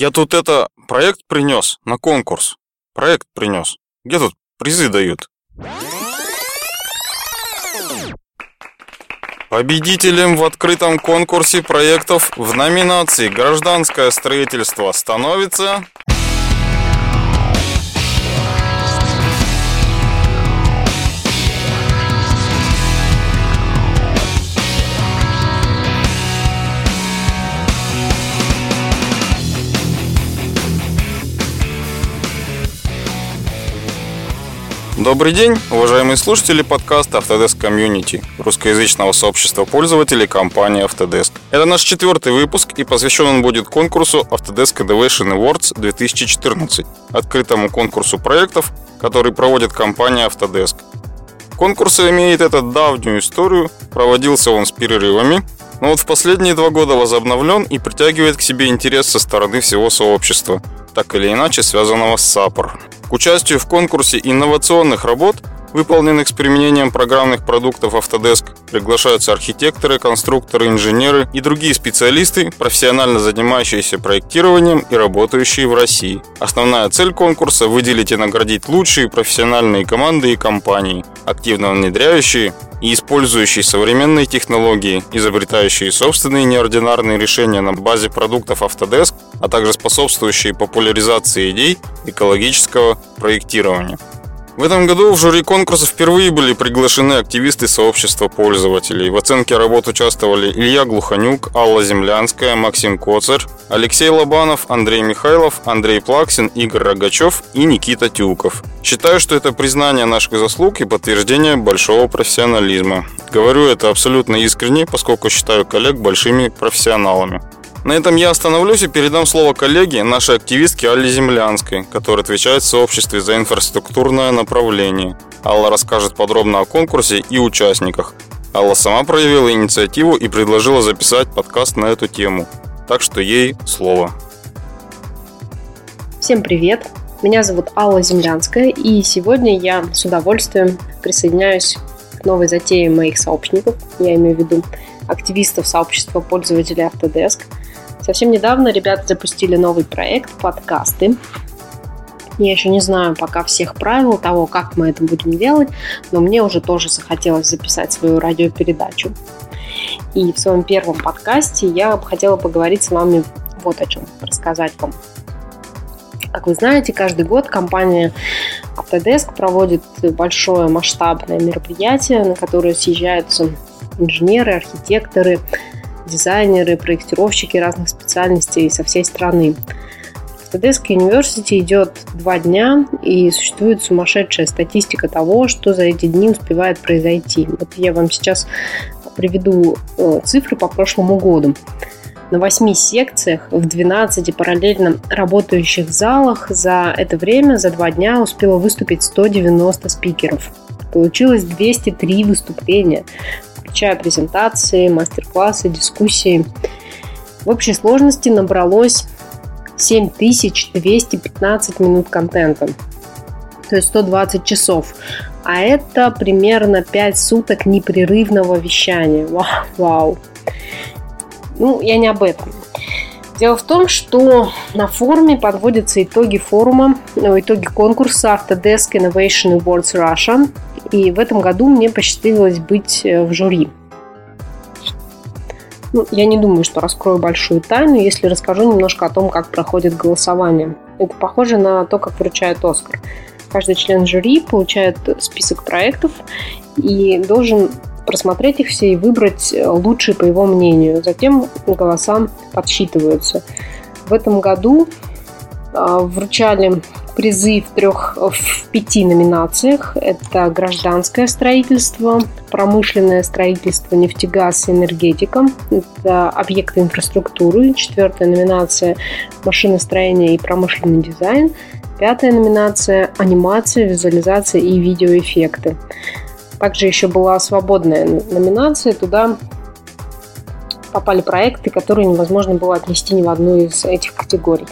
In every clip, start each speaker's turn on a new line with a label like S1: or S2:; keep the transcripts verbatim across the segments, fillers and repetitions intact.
S1: Я тут это, проект принес на конкурс. Проект принес. Где тут призы дают? Победителем в открытом конкурсе проектов в номинации «Гражданское строительство» становится... Добрый день, уважаемые слушатели подкаста Autodesk Community, русскоязычного сообщества пользователей компании Autodesk. Это наш четвертый выпуск, и посвящен он будет конкурсу Autodesk Innovation Awards две тысячи четырнадцать, открытому конкурсу проектов, который проводит компания Autodesk. Конкурс имеет эту давнюю историю, проводился он с перерывами, но вот в последние два года возобновлен и притягивает к себе интерес со стороны всего сообщества, так или иначе связанного с саппор. К участию в конкурсе инновационных работ, выполненных с применением программных продуктов Autodesk, приглашаются архитекторы, конструкторы, инженеры и другие специалисты, профессионально занимающиеся проектированием и работающие в России. Основная цель конкурса – выделить и наградить лучшие профессиональные команды и компании, активно внедряющие и использующие современные технологии, изобретающие собственные неординарные решения на базе продуктов Autodesk, а также способствующие популяризации идей экологического проектирования. В этом году в жюри конкурса впервые были приглашены активисты сообщества пользователей. В оценке работ участвовали Илья Глуханюк, Алла Землянская, Максим Коцарь, Алексей Лобанов, Андрей Михайлов, Андрей Плаксин, Игорь Рогачев и Никита Тюков. Считаю, что это признание наших заслуг и подтверждение большого профессионализма. Говорю это абсолютно искренне, поскольку считаю коллег большими профессионалами. На этом я остановлюсь и передам слово коллеге, нашей активистке Алле Землянской, которая отвечает в сообществе за инфраструктурное направление. Алла расскажет подробно о конкурсе и участниках. Алла сама проявила инициативу и предложила записать подкаст на эту тему. Так что ей слово.
S2: Всем привет! Меня зовут Алла Землянская, и сегодня я с удовольствием присоединяюсь к новой затее моих сообщников, я имею в виду активистов сообщества пользователей Autodesk. Совсем недавно ребята запустили новый проект «Подкасты». Я еще не знаю пока всех правил того, как мы это будем делать, но мне уже тоже захотелось записать свою радиопередачу. И в своем первом подкасте я бы хотела поговорить с вами вот о чем, рассказать вам. Как вы знаете, каждый год компания Autodesk проводит большое масштабное мероприятие, на которое съезжаются инженеры, архитекторы, дизайнеры, проектировщики разных специальностей со всей страны. В Autodesk University идет два дня, и существует сумасшедшая статистика того, что за эти дни успевает произойти. Вот я вам сейчас приведу цифры по прошлому году. На восьми секциях в двенадцати параллельно работающих залах за это время, за два дня, успело выступить сто девяносто спикеров. Получилось двести три выступления, включая презентации, мастер-классы, дискуссии. В общей сложности набралось семь тысяч двести пятнадцать минут контента, то есть сто двадцать часов. А это примерно пять суток непрерывного вещания. Вау! вау. Ну, я не об этом. Дело в том, что на форуме подводятся итоги форума, ну, итоги конкурса Autodesk Innovation Awards Russia. И в этом году мне посчастливилось быть в жюри. Ну, я не думаю, что раскрою большую тайну, если расскажу немножко о том, как проходит голосование. Это похоже на то, как вручают Оскар. Каждый член жюри получает список проектов и должен просмотреть их все и выбрать лучшие по его мнению. Затем голоса подсчитываются. В этом году вручали призы в трех, в пяти номинациях. Это гражданское строительство, промышленное строительство, нефтегаз и энергетика. Это объекты инфраструктуры. Четвертая номинация – машиностроение и промышленный дизайн. Пятая номинация – анимация, визуализация и видеоэффекты. Также еще была свободная номинация. Туда попали проекты, которые невозможно было отнести ни в одну из этих категорий.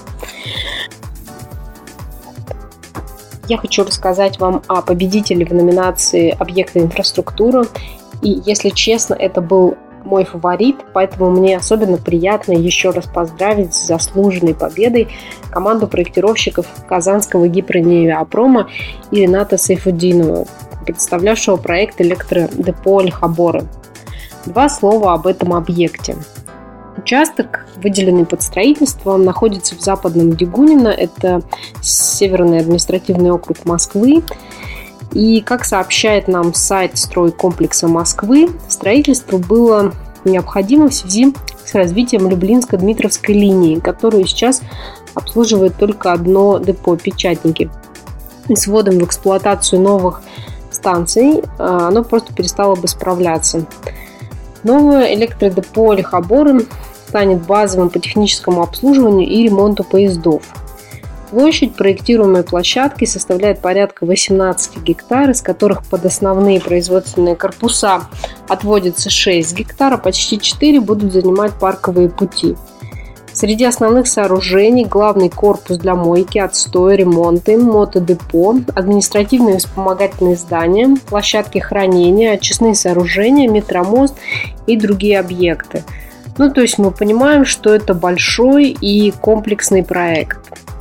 S2: Я хочу рассказать вам о победителе в номинации «Объекты инфраструктуры». И, если честно, это был мой фаворит, поэтому мне особенно приятно еще раз поздравить с заслуженной победой команду проектировщиков Казанского гипронеавиапрома и Рената Сайфутдинова, представлявшего проект электродепо Ольхоборы. Два слова об этом объекте. Участок, выделенный под строительство, находится в Западном Дегунино, это Северный административный округ Москвы. И, как сообщает нам сайт стройкомплекса Москвы, строительство было необходимо в связи с развитием Люблинско-Дмитровской линии, которую сейчас обслуживает только одно депо «Печатники». И с вводом в эксплуатацию новых станций оно просто перестало бы справляться. Новое электродепо Ольхоборы станет базовым по техническому обслуживанию и ремонту поездов. Площадь проектируемой площадки составляет порядка восемнадцать гектар, из которых под основные производственные корпуса отводится шесть гектаров, почти четыре будут занимать парковые пути. Среди основных сооружений главный корпус для мойки, отстоя, ремонта, мотодепо, административные и вспомогательные здания, площадки хранения, очистные сооружения, метромост и другие объекты. Ну, то есть мы понимаем, что это большой и комплексный проект.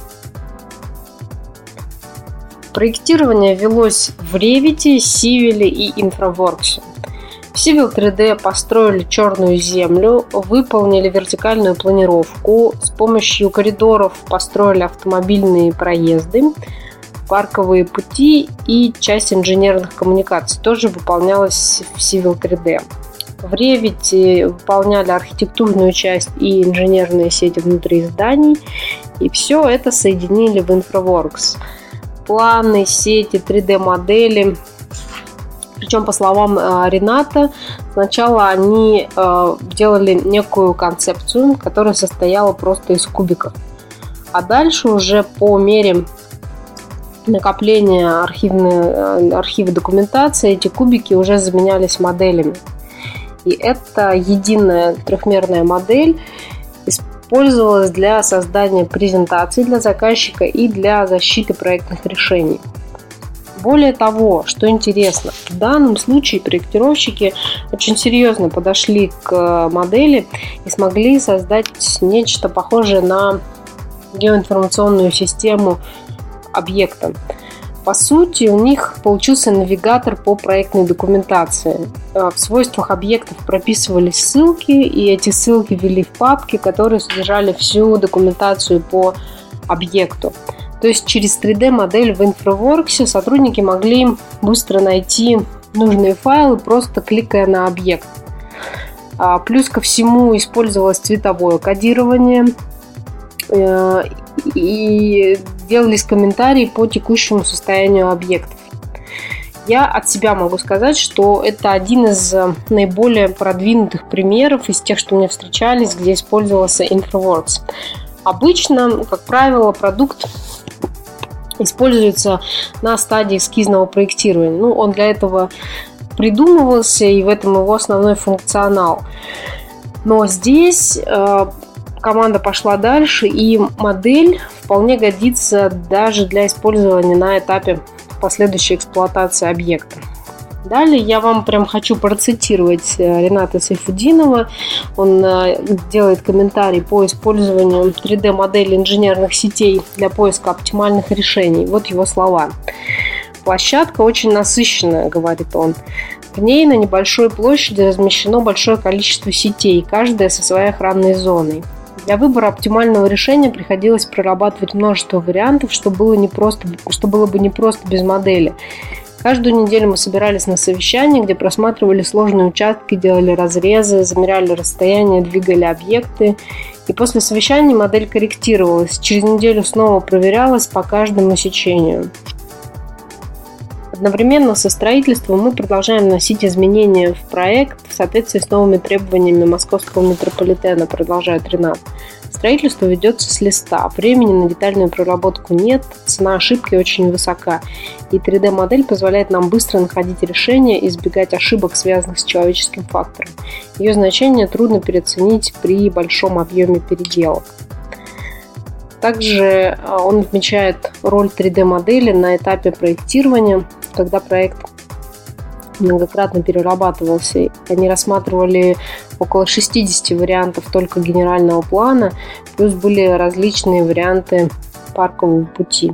S2: Проектирование велось в Revit, Civil и InfraWorks. В Civil три дэ построили черную землю, выполнили вертикальную планировку, с помощью коридоров построили автомобильные проезды, парковые пути и часть инженерных коммуникаций тоже выполнялась в Civil три дэ. В Revit выполняли архитектурную часть и инженерные сети внутри зданий, и все это соединили в InfraWorks. Планы, сети, три дэ-модели. Причем, по словам Рената, сначала они э, делали некую концепцию, которая состояла просто из кубиков. А дальше уже по мере накопления архивной, архива документации эти кубики уже заменялись моделями. И эта единая трехмерная модель использовалась для создания презентаций для заказчика и для защиты проектных решений. Более того, что интересно, в данном случае проектировщики очень серьезно подошли к модели и смогли создать нечто похожее на геоинформационную систему объекта. По сути, у них получился навигатор по проектной документации. В свойствах объектов прописывались ссылки, и эти ссылки ввели в папки, которые содержали всю документацию по объекту. То есть через три дэ-модель в InfraWorks сотрудники могли быстро найти нужные файлы, просто кликая на объект. Плюс ко всему использовалось цветовое кодирование, и делались комментарии по текущему состоянию объектов. Я от себя могу сказать, что это один из наиболее продвинутых примеров из тех, что мне встречались, где использовался InfraWorks. Обычно, как правило, продукт используется на стадии эскизного проектирования. Ну, он для этого придумывался, и в этом его основной функционал. Но здесь э, команда пошла дальше, и модель вполне годится даже для использования на этапе последующей эксплуатации объекта. Далее я вам прям хочу процитировать Рената Сайфутдинова. Он делает комментарий по использованию три дэ-модели инженерных сетей для поиска оптимальных решений. Вот его слова. «Площадка очень насыщенная», — говорит он. В ней на небольшой площади размещено большое количество сетей, каждая со своей охранной зоной. Для выбора оптимального решения приходилось прорабатывать множество вариантов, что было, не просто, что было бы непросто без модели. Каждую неделю мы собирались на совещании, где просматривали сложные участки, делали разрезы, замеряли расстояние, двигали объекты. И после совещания модель корректировалась. Через неделю снова проверялась по каждому сечению. Одновременно со строительством мы продолжаем вносить изменения в проект в соответствии с новыми требованиями московского метрополитена, продолжает Ренат. Строительство ведется с листа, времени на детальную проработку нет, цена ошибки очень высока, и три дэ-модель позволяет нам быстро находить решения и избегать ошибок, связанных с человеческим фактором. Ее значение трудно переоценить при большом объеме переделок. Также он отмечает роль три дэ-модели на этапе проектирования, когда проект многократно перерабатывался. Они рассматривали около шестьдесят вариантов только генерального плана, плюс были различные варианты паркового пути.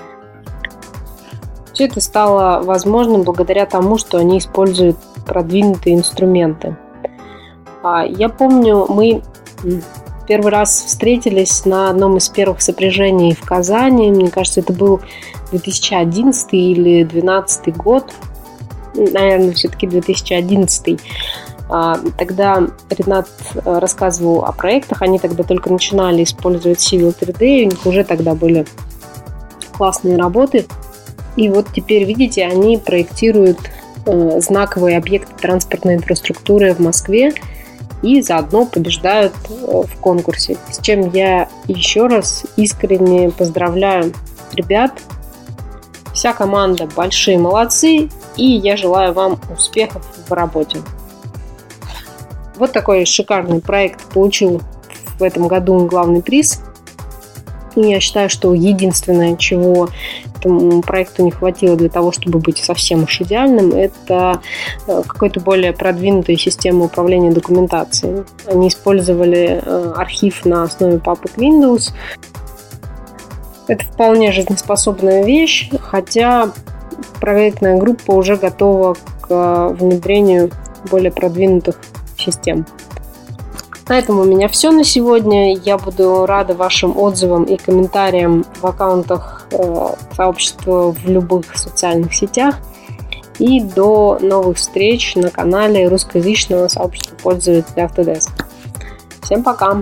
S2: Все это стало возможным благодаря тому, что они используют продвинутые инструменты. Я помню, мы первый раз встретились на одном из первых сопряжений в Казани. Мне кажется, это был две тысячи одиннадцатый или две тысячи двенадцатый год. Наверное, все-таки две тысячи одиннадцатый. Тогда Ренат рассказывал о проектах. Они тогда только начинали использовать Civil три дэ. У них уже тогда были классные работы. И вот теперь, видите, они проектируют знаковые объекты транспортной инфраструктуры в Москве и заодно побеждают в конкурсе. С чем я еще раз искренне поздравляю ребят. Вся команда большие молодцы, и я желаю вам успехов в работе. Вот такой шикарный проект получил в этом году главный приз. И я считаю, что единственное, чего этому проекту не хватило для того, чтобы быть совсем уж идеальным, это какой-то более продвинутой системы управления документацией. Они использовали архив на основе папок Windows. Это вполне жизнеспособная вещь, хотя проектная группа уже готова к внедрению более продвинутых систем. На этом у меня все на сегодня. Я буду рада вашим отзывам и комментариям в аккаунтах э, сообщества в любых социальных сетях. И до новых встреч на канале русскоязычного сообщества пользователей Autodesk. Всем пока!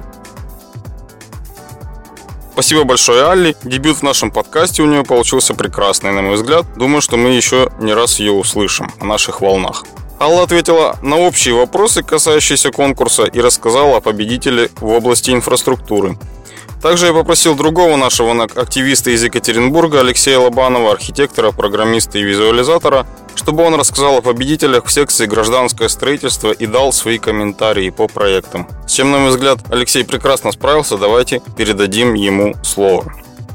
S1: Спасибо большое Алле. Дебют в нашем подкасте у нее получился прекрасный, на мой взгляд. Думаю, что мы еще не раз ее услышим на наших волнах. Алла ответила на общие вопросы, касающиеся конкурса, и рассказала о победителе в области инфраструктуры. Также я попросил другого нашего активиста из Екатеринбурга, Алексея Лобанова, архитектора, программиста и визуализатора, чтобы он рассказал о победителях в секции «Гражданское строительство» и дал свои комментарии по проектам. С чем, на мой взгляд, Алексей прекрасно справился, давайте передадим ему слово.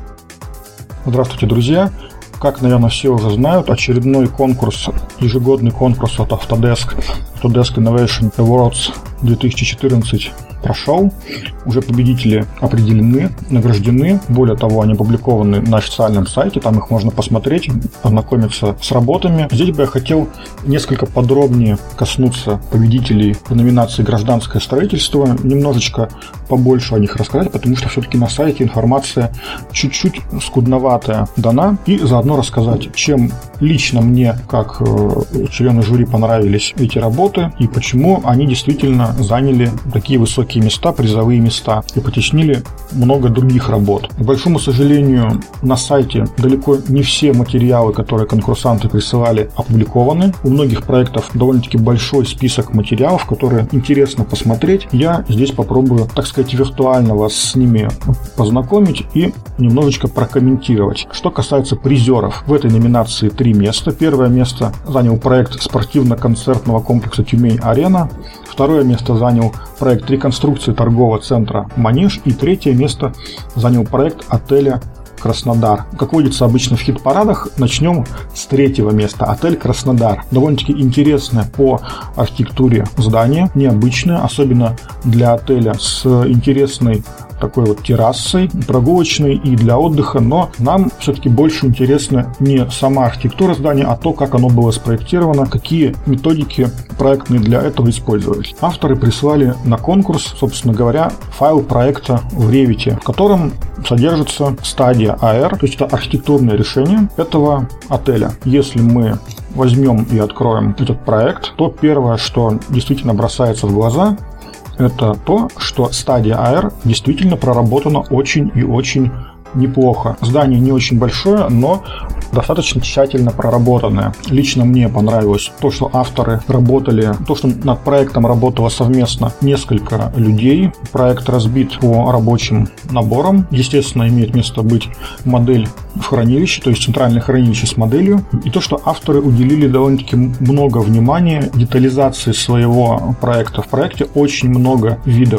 S3: Здравствуйте, друзья! Как, наверное, все уже знают, очередной конкурс, ежегодный конкурс от Autodesk, Autodesk Innovation Awards две тысячи четырнадцать прошел. Уже победители определены, награждены. Более того, они опубликованы на официальном сайте, там их можно посмотреть, ознакомиться с работами. Здесь бы я хотел несколько подробнее коснуться победителей в номинации «Гражданское строительство», немножечко побольше о них рассказать, потому что все-таки на сайте информация чуть-чуть скудноватая дана, и заодно рассказать, чем лично мне, как члену жюри, понравились эти работы и почему они действительно заняли такие высокие места, призовые места, и потеснили много других работ. К большому сожалению, на сайте далеко не все материалы, которые конкурсанты присылали, опубликованы. У многих проектов довольно-таки большой список материалов, которые интересно посмотреть. Я здесь попробую, так сказать, виртуально вас с ними познакомить и немножечко прокомментировать. Что касается призеров, в этой номинации три места. Первое место занял проект спортивно-концертного комплекса «Тюмень-Арена». Второе место занял проект реконструкции торгового центра «Манеж». И третье место занял проект отеля «Краснодар». Как водится обычно в хит-парадах, начнем с третьего места. Отель «Краснодар». Довольно-таки интересное по архитектуре здание, необычное, особенно для отеля с интересной такой вот террасой, прогулочной и для отдыха, но нам все-таки больше интересна не сама архитектура здания, а то, как оно было спроектировано, какие методики проектные для этого использовались. Авторы прислали на конкурс, собственно говоря, файл проекта в Revit, в котором содержится стадия эй ар, то есть это архитектурное решение этого отеля. Если мы возьмем и откроем этот проект, то первое, что действительно бросается в глаза, это то, что стадия эй ар действительно проработана очень и очень неплохо. Здание не очень большое, но достаточно тщательно проработанное. Лично мне понравилось то, что авторы работали, то, что над проектом работало совместно несколько людей. Проект разбит по рабочим наборам. Естественно, имеет место быть модель в хранилище, то есть центральное хранилище с моделью. И то, что авторы уделили довольно-таки много внимания детализации своего проекта. В проекте очень много видов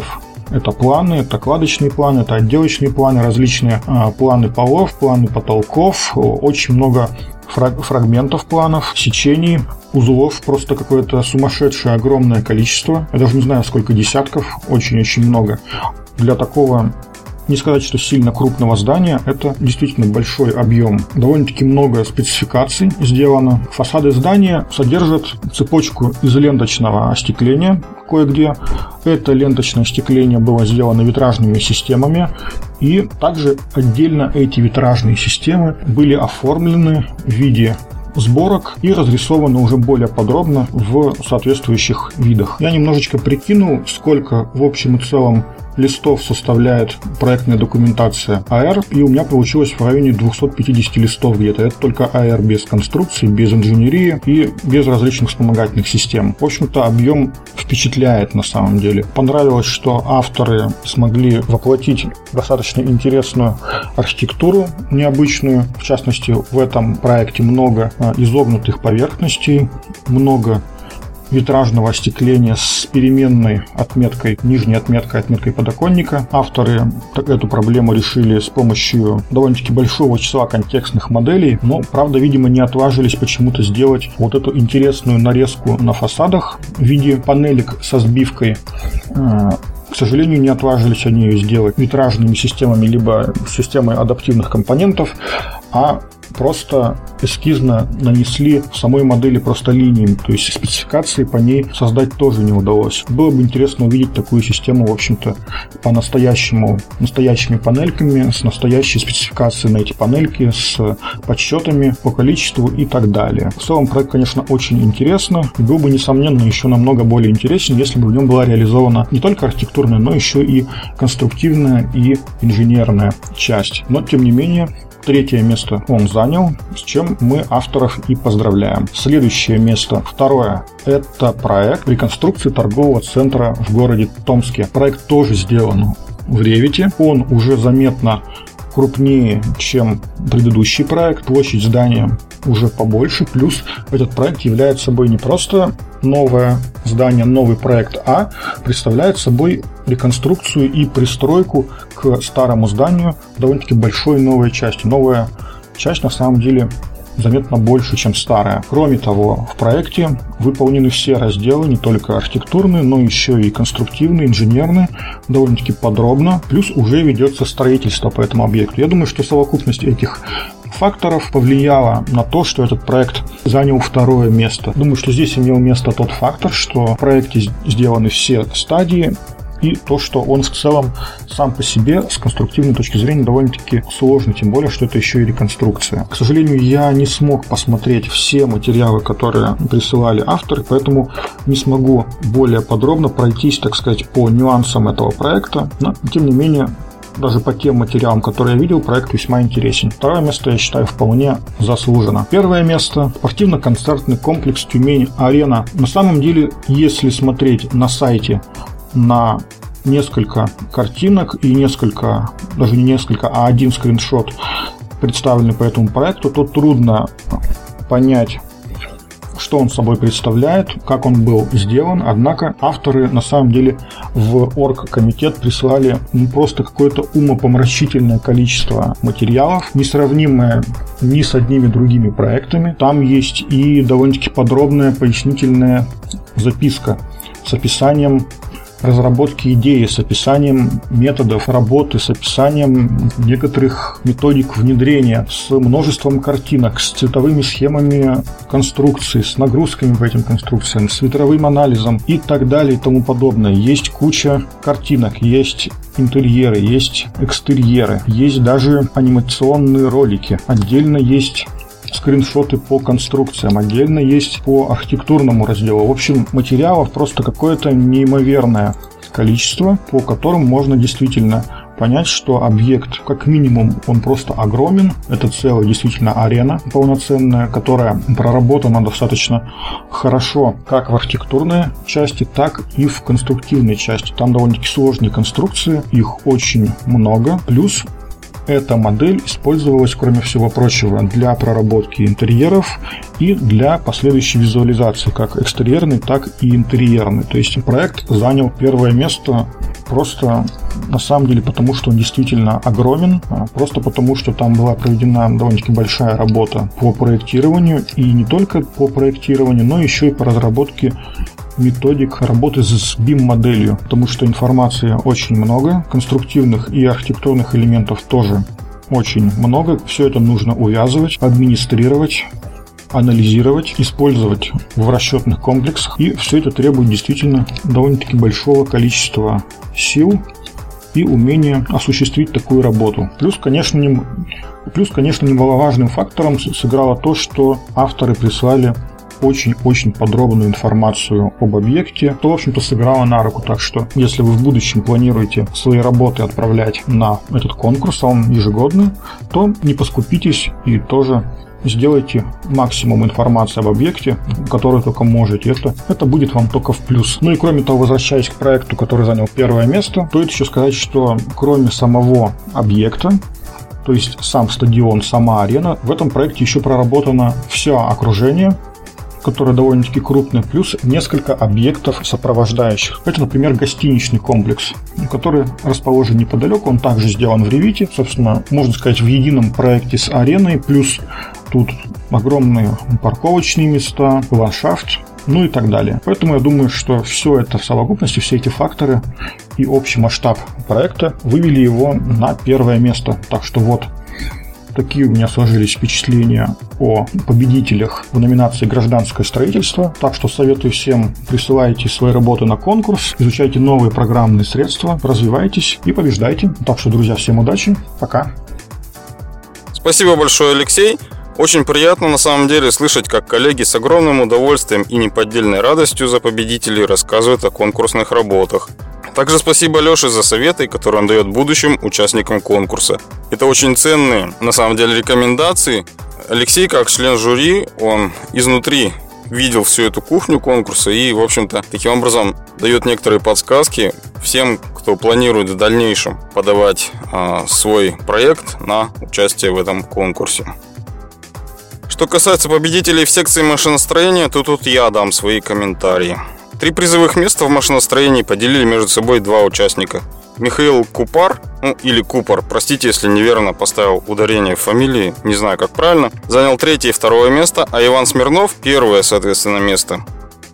S3: Это планы, это кладочные планы, это отделочные планы, различные а, планы полов, планы потолков, очень много фраг- фрагментов планов, сечений, узлов, просто какое-то сумасшедшее огромное количество. Я даже не знаю, сколько десятков, очень-очень много. Для такого, не сказать, что сильно крупного здания, это действительно большой объем. Довольно-таки много спецификаций сделано. Фасады здания содержат цепочку из ленточного остекления кое-где. Это ленточное остекление было сделано витражными системами. И также отдельно эти витражные системы были оформлены в виде сборок и разрисованы уже более подробно в соответствующих видах. Я немножечко прикинул, сколько в общем и целом листов составляет проектная документация АР, и у меня получилось в районе двести пятьдесят листов где-то. Это только АР без конструкции, без инженерии и без различных вспомогательных систем. В общем-то, объем впечатляет на самом деле. Понравилось, что авторы смогли воплотить достаточно интересную архитектуру, необычную. В частности, в этом проекте много изогнутых поверхностей, много витражного остекления с переменной отметкой, нижней отметкой, отметкой подоконника. Авторы эту проблему решили с помощью довольно-таки большого числа контекстных моделей, но, правда, видимо, не отважились почему-то сделать вот эту интересную нарезку на фасадах в виде панелек со сбивкой. К сожалению, не отважились они ее сделать витражными системами, либо системой адаптивных компонентов, а просто эскизно нанесли в самой модели просто линиями, то есть спецификации по ней создать тоже не удалось. Было бы интересно увидеть такую систему, в общем-то, по-настоящему, настоящими панельками, с настоящей спецификацией на эти панельки, с подсчетами по количеству и так далее. В целом проект, конечно, очень интересный, и был бы, несомненно, еще намного более интересен, если бы в нем была реализована не только архитектурная, но еще и конструктивная и инженерная часть. Но, тем не менее, третье место он занял, с чем мы авторов и поздравляем. Следующее место, второе, это проект реконструкции торгового центра в городе Томске. Проект тоже сделан в Revit. Он уже заметно крупнее, чем предыдущий проект. Площадь здания уже побольше. Плюс этот проект является собой не просто новое здание, новый проект, а представляет собой реконструкцию и пристройку к старому зданию довольно-таки большой новой части. Новая часть на самом деле заметно больше, чем старая. Кроме того, в проекте выполнены все разделы, не только архитектурные, но еще и конструктивные, инженерные, довольно-таки подробно. Плюс уже ведется строительство по этому объекту. Я думаю, что совокупность этих факторов повлияло на то, что этот проект занял второе место. Думаю, что здесь имел место тот фактор, что в проекте сделаны все стадии, и то, что он в целом сам по себе с конструктивной точки зрения довольно-таки сложный, тем более, что это еще и реконструкция. К сожалению, я не смог посмотреть все материалы, которые присылали авторы, поэтому не смогу более подробно пройтись, так сказать, по нюансам этого проекта, но, тем не менее, даже по тем материалам, которые я видел, проект весьма интересен. Второе место, я считаю, вполне заслужено. Первое место – спортивно-концертный комплекс «Тюмень-Арена». На самом деле, если смотреть на сайте на несколько картинок и несколько, даже не несколько, а один скриншот, представленный по этому проекту, то трудно понять, что он собой представляет, как он был сделан. Однако авторы на самом деле в оргкомитет прислали ну, просто какое-то умопомрачительное количество материалов, несравнимое ни с одними другими проектами. Там есть и довольно-таки подробная пояснительная записка с описанием разработки идеи, с описанием методов работы, с описанием некоторых методик внедрения, с множеством картинок, с цветовыми схемами конструкции, с нагрузками по этим конструкциям, с ветровым анализом и так далее и тому подобное. Есть куча картинок, есть интерьеры, есть экстерьеры, есть даже анимационные ролики. Отдельно есть скриншоты по конструкциям, отдельно есть по архитектурному разделу. В общем, материалов просто какое-то неимоверное количество, по которым можно действительно понять, что объект, как минимум, он просто огромен. Это целая действительно арена полноценная, которая проработана достаточно хорошо как в архитектурной части, так и в конструктивной части. Там довольно-таки сложные конструкции, их очень много. Плюс эта модель использовалась, кроме всего прочего, для проработки интерьеров и для последующей визуализации, как экстерьерной, так и интерьерной. То есть проект занял первое место просто на самом деле потому, что он действительно огромен, просто потому, что там была проведена довольно-таки большая работа по проектированию, и не только по проектированию, но еще и по разработке методик работы с би и эм-моделью, потому что информации очень много, конструктивных и архитектурных элементов тоже очень много. Все это нужно увязывать, администрировать, анализировать, использовать в расчетных комплексах. И все это требует действительно довольно-таки большого количества сил и умения осуществить такую работу. Плюс, конечно, не, плюс, конечно, немаловажным фактором сыграло то, что авторы прислали очень-очень подробную информацию об объекте, то, в общем-то, сыграло на руку. Так что, если вы в будущем планируете свои работы отправлять на этот конкурс, а он ежегодный, то не поскупитесь и тоже сделайте максимум информации об объекте, который только можете. Это, это будет вам только в плюс. Ну и кроме того, возвращаясь к проекту, который занял первое место, стоит еще сказать, что кроме самого объекта, то есть сам стадион, сама арена, в этом проекте еще проработано все окружение, которое довольно-таки крупное, плюс несколько объектов сопровождающих. Это, например, гостиничный комплекс, который расположен неподалеку, он также сделан в Revit, собственно, можно сказать, в едином проекте с ареной, плюс тут огромные парковочные места, ландшафт, ну и так далее. Поэтому я думаю, что все это в совокупности, все эти факторы и общий масштаб проекта вывели его на первое место. Так что вот такие у меня сложились впечатления о победителях в номинации «Гражданское строительство». Так что советую всем: присылайте свои работы на конкурс, изучайте новые программные средства, развивайтесь и побеждайте. Так что, друзья, всем удачи, пока.
S1: Спасибо большое, Алексей. Очень приятно на самом деле слышать, как коллеги с огромным удовольствием и неподдельной радостью за победителей рассказывают о конкурсных работах. Также спасибо Леше за советы, которые он дает будущим участникам конкурса. Это очень ценные, на самом деле, рекомендации. Алексей, как член жюри, он изнутри видел всю эту кухню конкурса и, в общем-то, таким образом дает некоторые подсказки всем, кто планирует в дальнейшем подавать а, свой проект на участие в этом конкурсе. Что касается победителей в секции машиностроения, то тут я дам свои комментарии. Три призовых места в машиностроении поделили между собой два участника. Михаил Купар, ну или Купар, простите, если неверно поставил ударение в фамилии, не знаю, как правильно, занял третье и второе место, а Иван Смирнов первое, соответственно, место.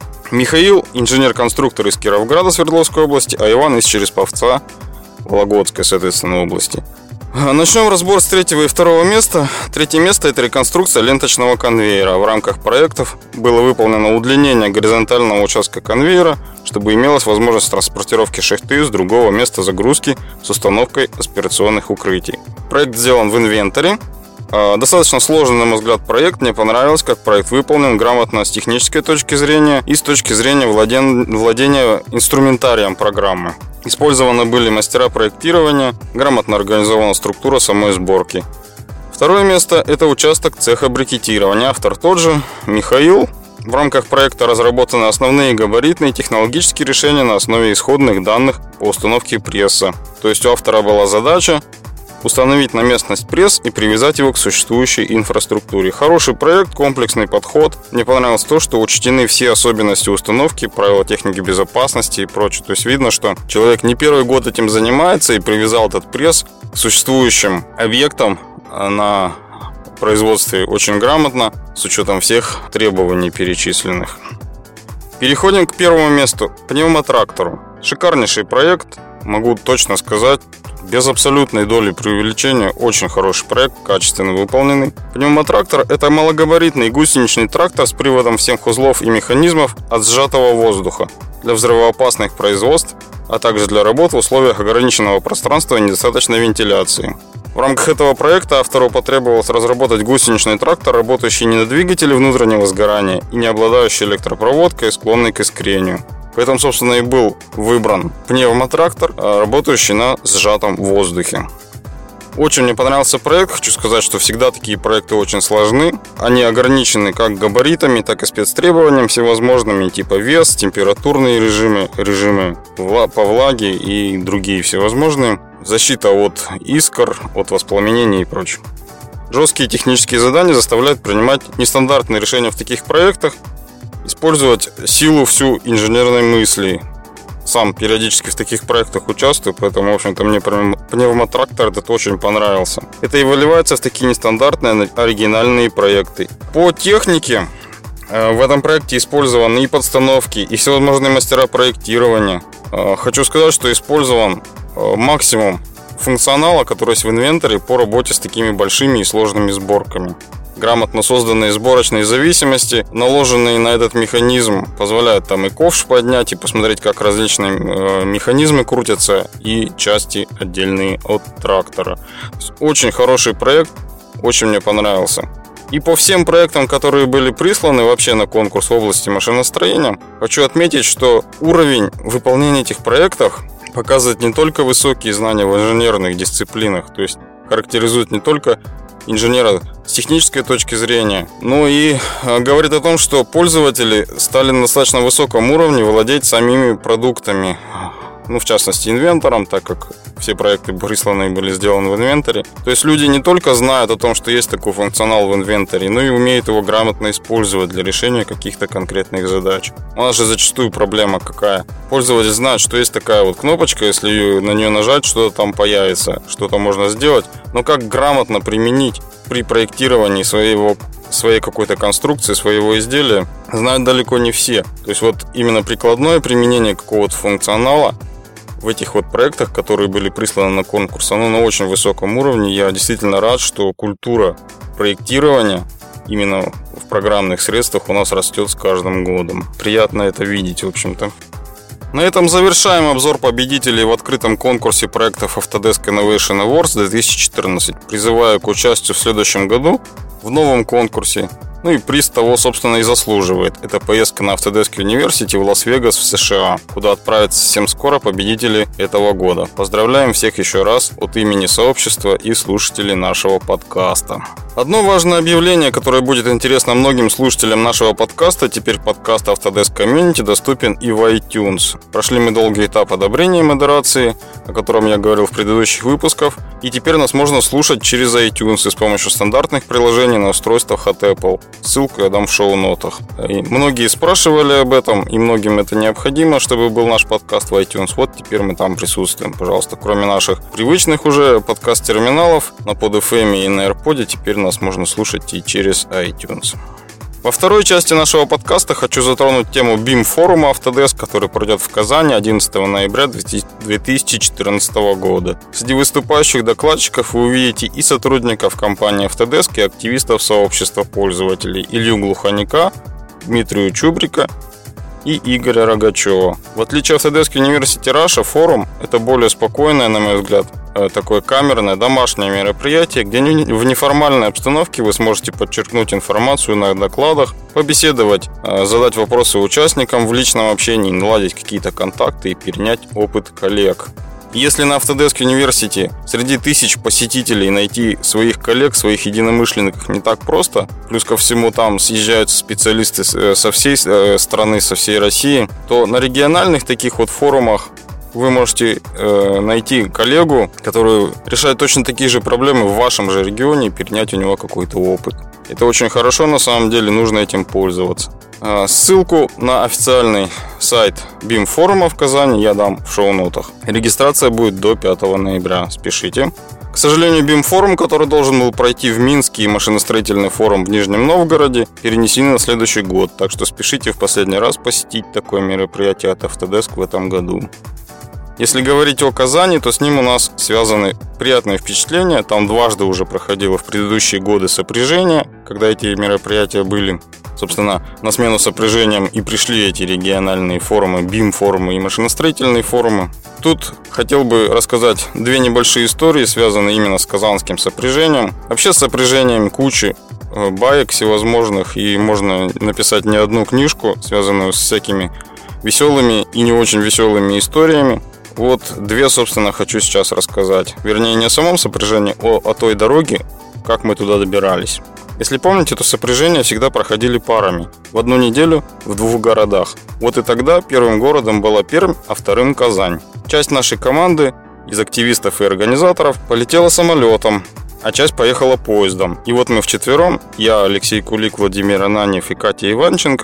S1: Михаил – инженер-конструктор из Кировграда Свердловской области, а Иван из Череповца Вологодской, соответственно, области. Начнем разбор с третьего и второго места. Третье место – это реконструкция ленточного конвейера. В рамках проектов было выполнено удлинение горизонтального участка конвейера, чтобы имелась возможность транспортировки шахты с другого места загрузки с установкой аспирационных укрытий. Проект сделан в инвентаре. Достаточно сложный, на мой взгляд, проект. Мне понравилось, как проект выполнен грамотно с технической точки зрения и с точки зрения владен... владения инструментарием программы. Использованы были мастера проектирования, грамотно организована структура самой сборки. Второе место – это участок цеха брикетирования. Автор тот же, Михаил. В рамках проекта разработаны основные габаритные и технологические решения на основе исходных данных по установке пресса. То есть у автора была задача установить на местность пресс и привязать его к существующей инфраструктуре. Хороший проект, комплексный подход. Мне понравилось то, что учтены все особенности установки, правила техники безопасности и прочее. То есть видно, что человек не первый год этим занимается и привязал этот пресс к существующим объектам на производстве очень грамотно, с учетом всех требований перечисленных. Переходим к первому месту, пневмотрактору. Шикарнейший проект, могу точно сказать, без абсолютной доли преувеличения, очень хороший проект, качественно выполненный. Пневмотрактор – это малогабаритный гусеничный трактор с приводом всех узлов и механизмов от сжатого воздуха для взрывоопасных производств, а также для работ в условиях ограниченного пространства и недостаточной вентиляции. В рамках этого проекта автору потребовалось разработать гусеничный трактор, работающий не на двигателе внутреннего сгорания и не обладающий электропроводкой, склонный к искрению. Поэтому, собственно, и был выбран пневмотрактор, работающий на сжатом воздухе. Очень мне понравился проект. Хочу сказать, что всегда такие проекты очень сложны. Они ограничены как габаритами, так и спецтребованиями всевозможными, типа вес, температурные режимы, режимы по влаге и другие всевозможные. Защита от искр, от воспламенения и прочее. Жесткие технические задания заставляют принимать нестандартные решения в таких проектах, использовать силу всю инженерной мысли, сам периодически в таких проектах участвую, поэтому, в общем-то, мне пневмотрактор этот очень понравился. Это и выливается в такие нестандартные, оригинальные проекты. По технике в этом проекте использованы и подстановки, и всевозможные мастера проектирования. Хочу сказать, что использован максимум функционала, который есть в инвентаре по работе с такими большими и сложными сборками. Грамотно созданные сборочные зависимости, наложенные на этот механизм, позволяют там и ковш поднять, и посмотреть, как различные э, механизмы крутятся, и части отдельные от трактора. Очень хороший проект, очень мне понравился. И по всем проектам, которые были присланы вообще на конкурс в области машиностроения, хочу отметить, что уровень выполнения этих проектов показывает не только высокие знания в инженерных дисциплинах, то есть характеризует не только инженера с технической точки зрения, но и говорит о том, что пользователи стали на достаточно высоком уровне владеть самими продуктами. Ну, в частности, инвентаром, так как все проекты присланные были сделаны в инвентаре. То есть люди не только знают о том, что есть такой функционал в инвентаре, но и умеют его грамотно использовать для решения каких-то конкретных задач. У нас же зачастую проблема какая? Пользователь знает, что есть такая вот кнопочка, если на нее нажать, что-то там появится, что-то можно сделать. Но как грамотно применить при проектировании своего своей какой-то конструкции, своего изделия, знают далеко не все. То есть вот именно прикладное применение какого-то функционала в этих вот проектах, которые были присланы на конкурс, оно на очень высоком уровне. Я действительно рад, что культура проектирования именно в программных средствах у нас растет с каждым годом. Приятно это видеть, в общем-то. На этом завершаем обзор победителей в открытом конкурсе проектов Autodesk Innovation Awards две тысячи четырнадцать. Призываю к участию в следующем году в новом конкурсе. Ну и приз того, собственно, и заслуживает. Это поездка на Autodesk University в Лас-Вегас в США, куда отправятся совсем скоро победители этого года. Поздравляем всех еще раз от имени сообщества и слушателей нашего подкаста. Одно важное объявление, которое будет интересно многим слушателям нашего подкаста. Теперь подкаст Autodesk Community доступен и в iTunes. Прошли мы долгий этап одобрения и модерации, о котором я говорил в предыдущих выпусках. И теперь нас можно слушать через iTunes и с помощью стандартных приложений на устройствах от Apple. Ссылку я дам в шоу-нотах. И многие спрашивали об этом, и многим это необходимо, чтобы был наш подкаст в iTunes. Вот теперь мы там присутствуем, пожалуйста. Кроме наших привычных уже подкаст-терминалов на PodFM и на AirPod, теперь нас можно слушать и через iTunes. Во второй части нашего подкаста хочу затронуть тему бим-форума Autodesk, который пройдет в Казани одиннадцатого ноября две тысячи четырнадцатого года. Среди выступающих докладчиков вы увидите и сотрудников компании Autodesk, и активистов сообщества пользователей Илью Глуханика, Дмитрия Чубрика и Игоря Рогачева. В отличие от Autodesk University Russia, форум – это более спокойное, на мой взгляд, такое камерное домашнее мероприятие, где в неформальной обстановке вы сможете подчеркнуть информацию на докладах, побеседовать, задать вопросы участникам в личном общении, наладить какие-то контакты и перенять опыт коллег. Если на Autodesk University среди тысяч посетителей найти своих коллег, своих единомышленников не так просто, плюс ко всему там съезжаются специалисты со всей страны, со всей России, то на региональных таких вот форумах вы можете э, найти коллегу, который решает точно такие же проблемы в вашем же регионе и перенять у него какой-то опыт. Это очень хорошо, на самом деле, нужно этим пользоваться. Э, ссылку на официальный сайт бим-форума в Казани я дам в шоу-нотах. Регистрация будет до пятого ноября, спешите. К сожалению, бим-форум, который должен был пройти в Минске, и машиностроительный форум в Нижнем Новгороде, перенесены на следующий год, так что спешите в последний раз посетить такое мероприятие от Autodesk в этом году. Если говорить о Казани, то с ним у нас связаны приятные впечатления. Там дважды уже проходило в предыдущие годы сопряжение, когда эти мероприятия были. Собственно, на смену сопряжениям и пришли эти региональные форумы, бим-форумы и машиностроительные форумы. Тут хотел бы рассказать две небольшие истории, связанные именно с казанским сопряжением. Вообще с сопряжением кучи баек всевозможных, и можно написать не одну книжку, связанную с всякими веселыми и не очень веселыми историями. Вот две, собственно, хочу сейчас рассказать. Вернее, не о самом сопряжении, а о той дороге, как мы туда добирались. Если помните, то сопряжения всегда проходили парами. В одну неделю в двух городах. Вот и тогда первым городом была Пермь, а вторым Казань. Часть нашей команды из активистов и организаторов полетела самолетом, а часть поехала поездом. И вот мы вчетвером, я, Алексей Кулик, Владимир Ананьев и Катя Иванченко,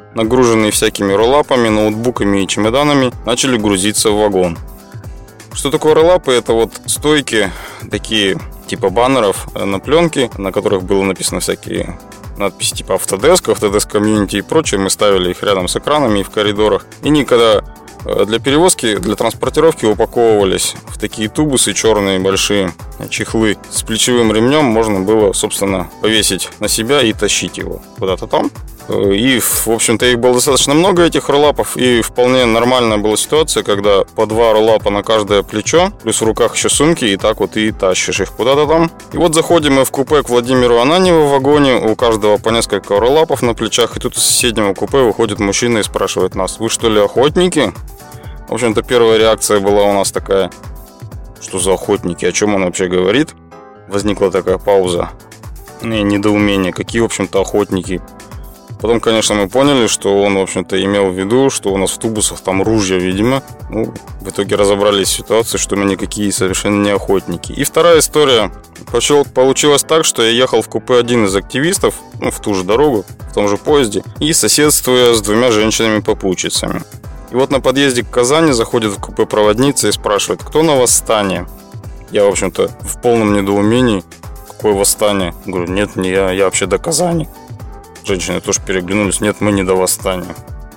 S1: нагруженные всякими роллапами, ноутбуками и чемоданами, начали грузиться в вагон. Что такое роллапы? Это вот стойки, такие типа баннеров на пленке, на которых было написано всякие надписи типа Autodesk, Autodesk Community и прочее. Мы ставили их рядом с экранами и в коридорах. И они когда для перевозки, для транспортировки упаковывались в такие тубусы черные, большие чехлы с плечевым ремнем. Можно было, собственно, повесить на себя и тащить его куда-то там. И, в общем-то, их было достаточно много, этих роллапов. И вполне нормальная была ситуация, когда по два роллапа на каждое плечо, плюс в руках еще сумки, и так вот и тащишь их куда-то там. И вот заходим мы в купе к Владимиру Ананьеву в вагоне. У каждого по несколько роллапов на плечах. И тут из соседнего купе выходит мужчина и спрашивает нас: вы что ли охотники? В общем-то, первая реакция была у нас такая: что за охотники, о чем он вообще говорит? Возникла такая пауза и недоумение, какие, в общем-то, охотники. Потом, конечно, мы поняли, что он, в общем-то, имел в виду, что у нас в тубусах там ружья, видимо. Ну, в итоге разобрались в ситуации, что мы никакие совершенно не охотники. И вторая история. Получилось так, что я ехал в купе один из активистов, ну, в ту же дорогу, в том же поезде, и соседствуя с двумя женщинами-попутчицами. И вот на подъезде к Казани заходит в купе проводница и спрашивает: кто на восстание? Я, в общем-то, в полном недоумении. Какое восстание? Говорю: нет, не я, я вообще до Казани. Женщины тоже переглянулись: нет, мы не до восстания.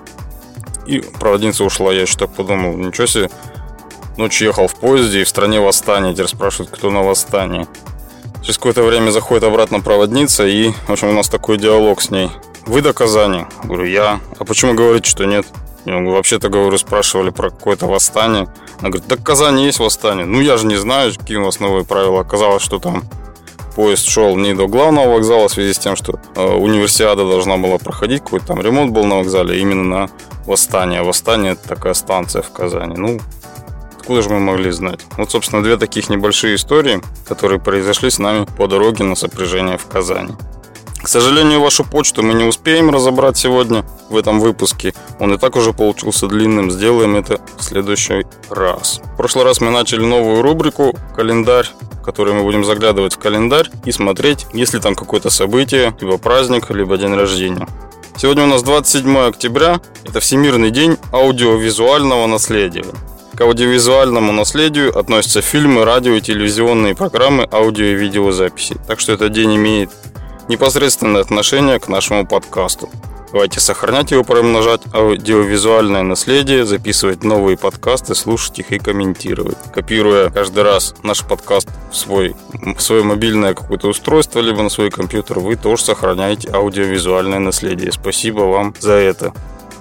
S1: И проводница ушла. Я еще так подумал: ничего себе, ночью ехал в поезде и в стране восстания, теперь спрашивают, кто на восстание. Через какое-то время заходит обратно проводница, и, в общем, у нас такой диалог с ней: вы до Казани? Говорю: я. А почему говорите, что нет? Я говорю: вообще-то, говорю, спрашивали про какое-то восстание. Она говорит: да в Казани есть восстание. Ну я же не знаю, какие у вас новые правила. Оказалось, что там поезд шел не до главного вокзала в связи с тем, что э, универсиада должна была проходить, какой-то там ремонт был на вокзале, именно на Восстание. Восстание — это такая станция в Казани. Ну, откуда же мы могли знать? Вот, собственно, две таких небольшие истории, которые произошли с нами по дороге на сопряжение в Казани. К сожалению, вашу почту мы не успеем разобрать сегодня в этом выпуске. Он и так уже получился длинным. Сделаем это в следующий раз. В прошлый раз мы начали новую рубрику «Календарь», в которой мы будем заглядывать в календарь и смотреть, есть ли там какое-то событие, либо праздник, либо день рождения. Сегодня у нас двадцать седьмое октября. Это Всемирный день аудиовизуального наследия. К аудиовизуальному наследию относятся фильмы, радио и телевизионные программы, аудио и видеозаписи. Так что этот день имеет непосредственное отношение к нашему подкасту. Давайте сохранять его, приумножать аудиовизуальное наследие, записывать новые подкасты, слушать их и комментировать. Копируя каждый раз наш подкаст в, свой, в свое мобильное какое-то устройство, либо на свой компьютер, вы тоже сохраняете аудиовизуальное наследие. Спасибо вам за это.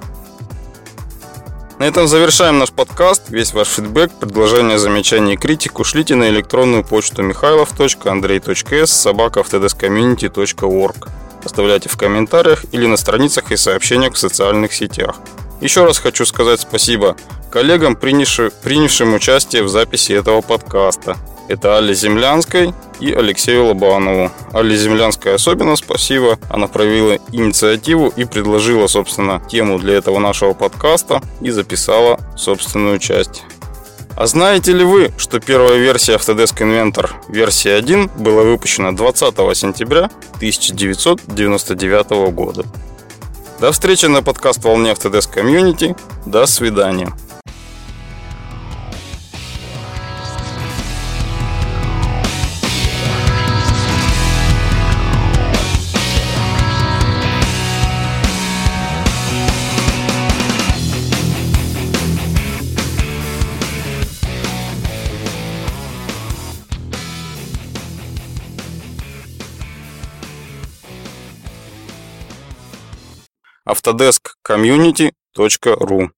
S1: На этом завершаем наш подкаст. Весь ваш фидбэк, предложения, замечания и критику шлите на электронную почту михайлов точка андрей точка эс собака автодескомьюнити точка орг. Оставляйте в комментариях или на страницах и сообщениях в социальных сетях. Еще раз хочу сказать спасибо коллегам, принявшим участие в записи этого подкаста. Это Алле Землянской и Алексею Лобанову. Алле Землянской особенно спасибо. Она проявила инициативу и предложила, собственно, тему для этого нашего подкаста и записала собственную часть. А знаете ли вы, что первая версия Autodesk Inventor версия один была выпущена двадцатого сентября тысяча девятьсот девяносто девятого года? До встречи на подкаст-волне Autodesk Community. До свидания. автодеск комьюнити точка ру